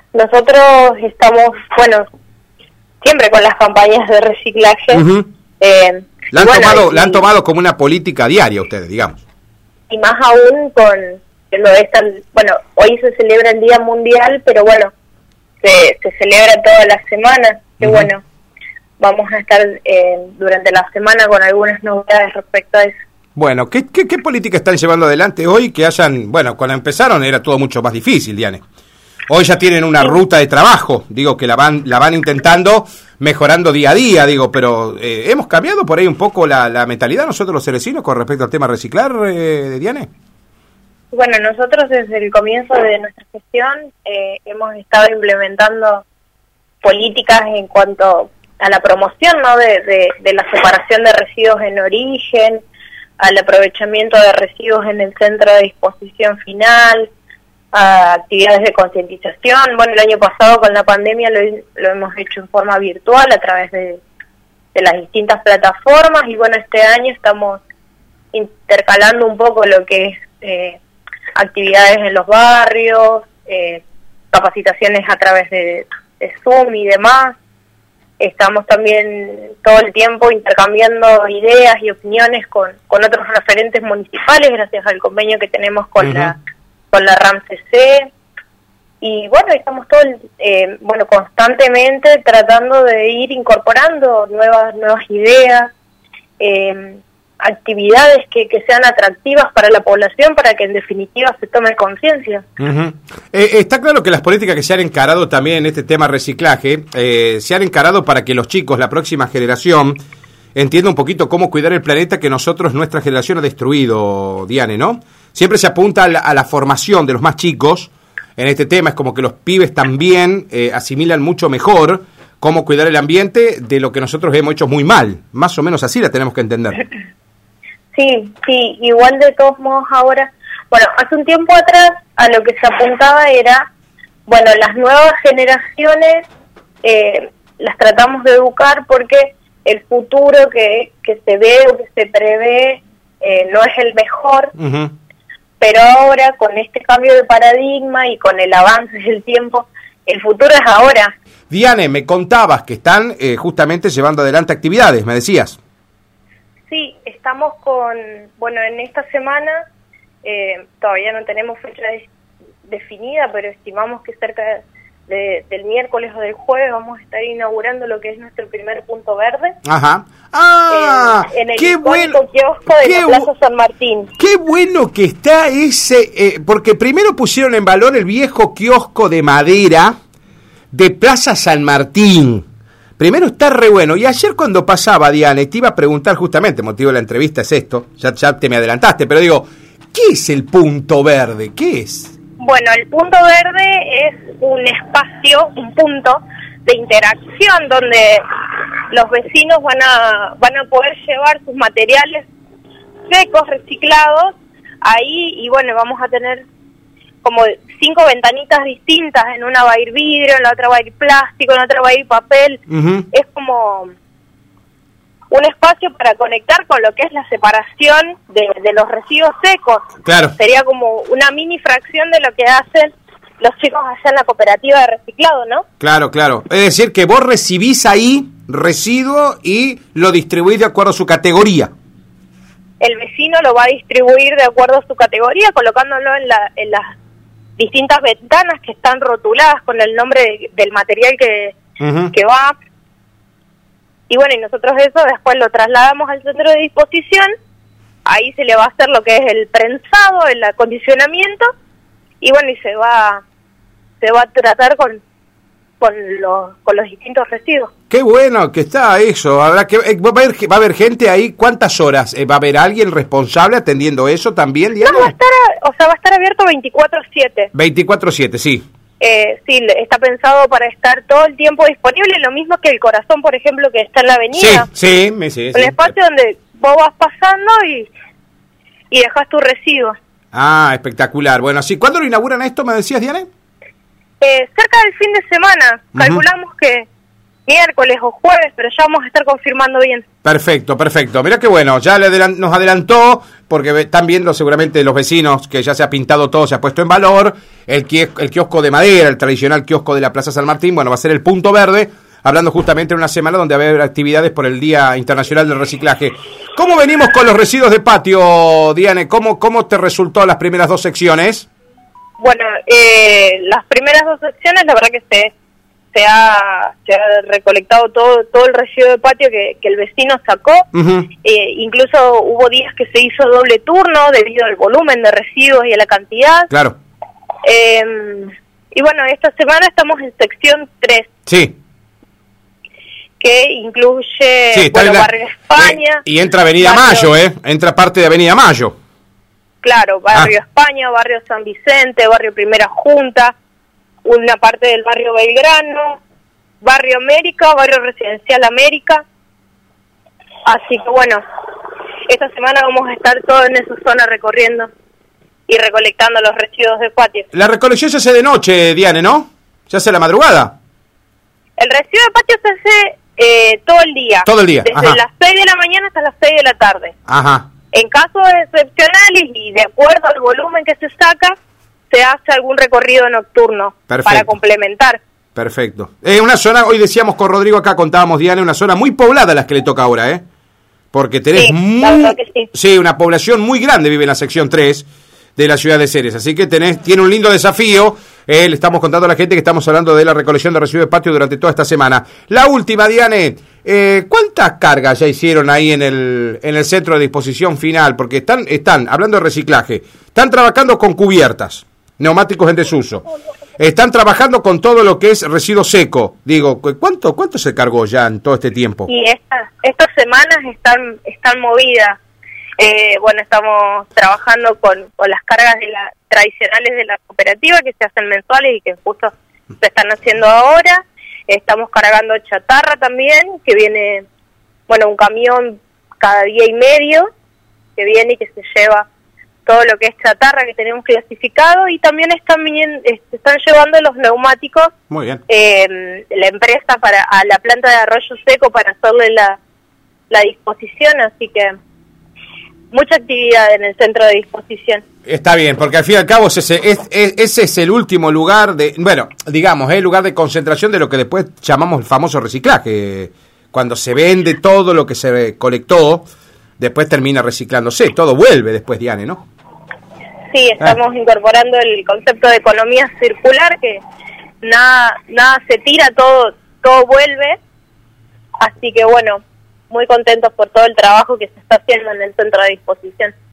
Nosotros estamos, bueno, siempre con las campañas de reciclaje. Uh-huh. La han tomado como una política diaria ustedes, digamos. Y más aún con lo de esta, bueno, hoy se celebra el Día Mundial, pero bueno, se celebra toda la semana, que uh-huh. Bueno, vamos a estar durante la semana con algunas novedades respecto a eso. Bueno, ¿qué política están llevando adelante hoy que hayan, bueno, cuando empezaron era todo mucho más difícil, Diane? Hoy ya tienen una ruta de trabajo, digo, que la van intentando, mejorando día a día, digo, pero ¿hemos cambiado por ahí un poco la mentalidad nosotros los cerecinos con respecto al tema reciclar, Diane? Bueno, nosotros desde el comienzo de nuestra gestión hemos estado implementando políticas en cuanto a la promoción, ¿no?, de la separación de residuos en origen, al aprovechamiento de residuos en el centro de disposición final, a actividades de concientización. Bueno, el año pasado con la pandemia lo hemos hecho en forma virtual a través de las distintas plataformas, y bueno, este año estamos intercalando un poco lo que es actividades en los barrios, capacitaciones a través de Zoom y demás. Estamos también todo el tiempo intercambiando ideas y opiniones con otros referentes municipales gracias al convenio que tenemos con uh-huh. la RAMCC, y bueno, estamos constantemente tratando de ir incorporando nuevas ideas, actividades que sean atractivas para la población, para que en definitiva se tome conciencia. Uh-huh. Está claro que las políticas que se han encarado también en este tema reciclaje, se han encarado para que los chicos, la próxima generación, entienda un poquito cómo cuidar el planeta que nuestra generación ha destruido, Diane, ¿no? Siempre se apunta a la formación de los más chicos en este tema, es como que los pibes también asimilan mucho mejor cómo cuidar el ambiente de lo que nosotros hemos hecho muy mal, más o menos así la tenemos que entender. Sí, igual de todos modos ahora, bueno, hace un tiempo atrás a lo que se apuntaba era, bueno, las nuevas generaciones las tratamos de educar porque el futuro que se ve o que se prevé no es el mejor, uh-huh. Pero ahora con este cambio de paradigma y con el avance del tiempo, el futuro es ahora. Diane, me contabas que están justamente llevando adelante actividades, me decías. Sí, estamos en esta semana, todavía no tenemos fecha definida, pero estimamos que cerca del miércoles o del jueves vamos a estar inaugurando lo que es nuestro primer punto verde. Ajá. En el icónico kiosco de la Plaza San Martín. Qué bueno que está ese, porque primero pusieron en valor el viejo kiosco de madera de Plaza San Martín. Primero está re bueno. Y ayer cuando pasaba, Diane, te iba a preguntar justamente, motivo de la entrevista es esto, ya te me adelantaste, pero digo, ¿qué es el punto verde? ¿Qué es? Bueno, el punto verde es un espacio, un punto de interacción donde los vecinos van a poder llevar sus materiales secos, reciclados, ahí, y bueno, vamos a tener como 5 ventanitas distintas, en una va a ir vidrio, en la otra va a ir plástico, en la otra va a ir papel. Uh-huh. Es como un espacio para conectar con lo que es la separación de los residuos secos. Claro. Sería como una mini fracción de lo que hacen los chicos allá en la cooperativa de reciclado, ¿no? Claro. Es decir, que vos recibís ahí residuo y lo distribuís de acuerdo a su categoría. El vecino lo va a distribuir de acuerdo a su categoría, colocándolo en las distintas ventanas que están rotuladas con el nombre del material que va. Y bueno, y nosotros eso después lo trasladamos al centro de disposición, ahí se le va a hacer lo que es el prensado, el acondicionamiento, y bueno, y se va a tratar con los distintos residuos. Qué bueno que está eso. Habrá que va a haber gente ahí. ¿Cuántas horas? ¿Va a haber alguien responsable atendiendo eso también, Diana? No, va a estar abierto 24/7. 24/7, sí. Sí, está pensado para estar todo el tiempo disponible, lo mismo que el Corazón, por ejemplo, que está en la avenida. Sí. Un espacio donde vos vas pasando y dejás tu residuo. Ah, espectacular. Bueno, sí. ¿Cuándo lo inauguran esto, me decías, Diana? Cerca del fin de semana. Uh-huh. Calculamos que miércoles o jueves, pero ya vamos a estar confirmando bien. Perfecto, perfecto. Mirá qué bueno, ya nos adelantó, porque están viendo seguramente los vecinos que ya se ha pintado todo, se ha puesto en valor, el kiosco de madera, el tradicional kiosco de la Plaza San Martín, bueno, va a ser el punto verde, hablando justamente en una semana donde va a haber actividades por el Día Internacional del Reciclaje. ¿Cómo venimos con los residuos de patio, Diane? ¿Cómo te resultó las primeras 2 secciones? Bueno, las primeras 2 secciones, la verdad que se ha recolectado todo el residuo de patio que el vecino sacó. Uh-huh. Incluso hubo días que se hizo doble turno debido al volumen de residuos y a la cantidad. Claro. Y bueno, esta semana estamos en sección 3. Sí. Que incluye, sí, Barrio España. Y entra Avenida Mayo, entra parte de Avenida Mayo. Claro, Barrio España, Barrio San Vicente, Barrio Primera Junta, una parte del Barrio Belgrano, Barrio América, Barrio Residencial América. Así que bueno, esta semana vamos a estar todos en esa zona recorriendo y recolectando los residuos de patio. La recolección se hace de noche, Diane, ¿no? ¿Se hace a la madrugada? El residuo de patio se hace todo el día. Todo el día, desde las 6 de la mañana hasta las 6 de la tarde. Ajá. En casos excepcionales y de acuerdo al volumen que se saca, se hace algún recorrido nocturno. Perfecto. Para complementar. Perfecto. Una zona, hoy decíamos con Rodrigo acá, contábamos, Diana, una zona muy poblada las que le toca ahora, porque tenés sí, una población muy grande vive en la sección 3 de la ciudad de Ceres, así que tiene un lindo desafío. Le estamos contando a la gente que estamos hablando de la recolección de residuos de patio durante toda esta semana. La última, Diane, ¿cuántas cargas ya hicieron ahí en el centro de disposición final? Porque están hablando de reciclaje, están trabajando con cubiertas, neumáticos en desuso, están trabajando con todo lo que es residuo seco. Digo, ¿cuánto se cargó ya en todo este tiempo? Y estas semanas están movidas. Estamos trabajando con las cargas tradicionales de la cooperativa que se hacen mensuales y que justo se están haciendo ahora. Estamos cargando chatarra también, que viene, un camión cada día y medio que viene y que se lleva todo lo que es chatarra que tenemos clasificado, y también están llevando los neumáticos. Muy bien. La empresa a la planta de Arroyo Seco para hacerle la disposición, así que mucha actividad en el centro de disposición. Está bien, porque al fin y al cabo ese es el último lugar el lugar de concentración de lo que después llamamos el famoso reciclaje. Cuando se vende todo lo que se colectó, después termina reciclándose, todo vuelve después, Diane, ¿no? Sí, estamos incorporando el concepto de economía circular, que nada se tira, todo vuelve, así que muy contentos por todo el trabajo que se está haciendo en el centro de disposición.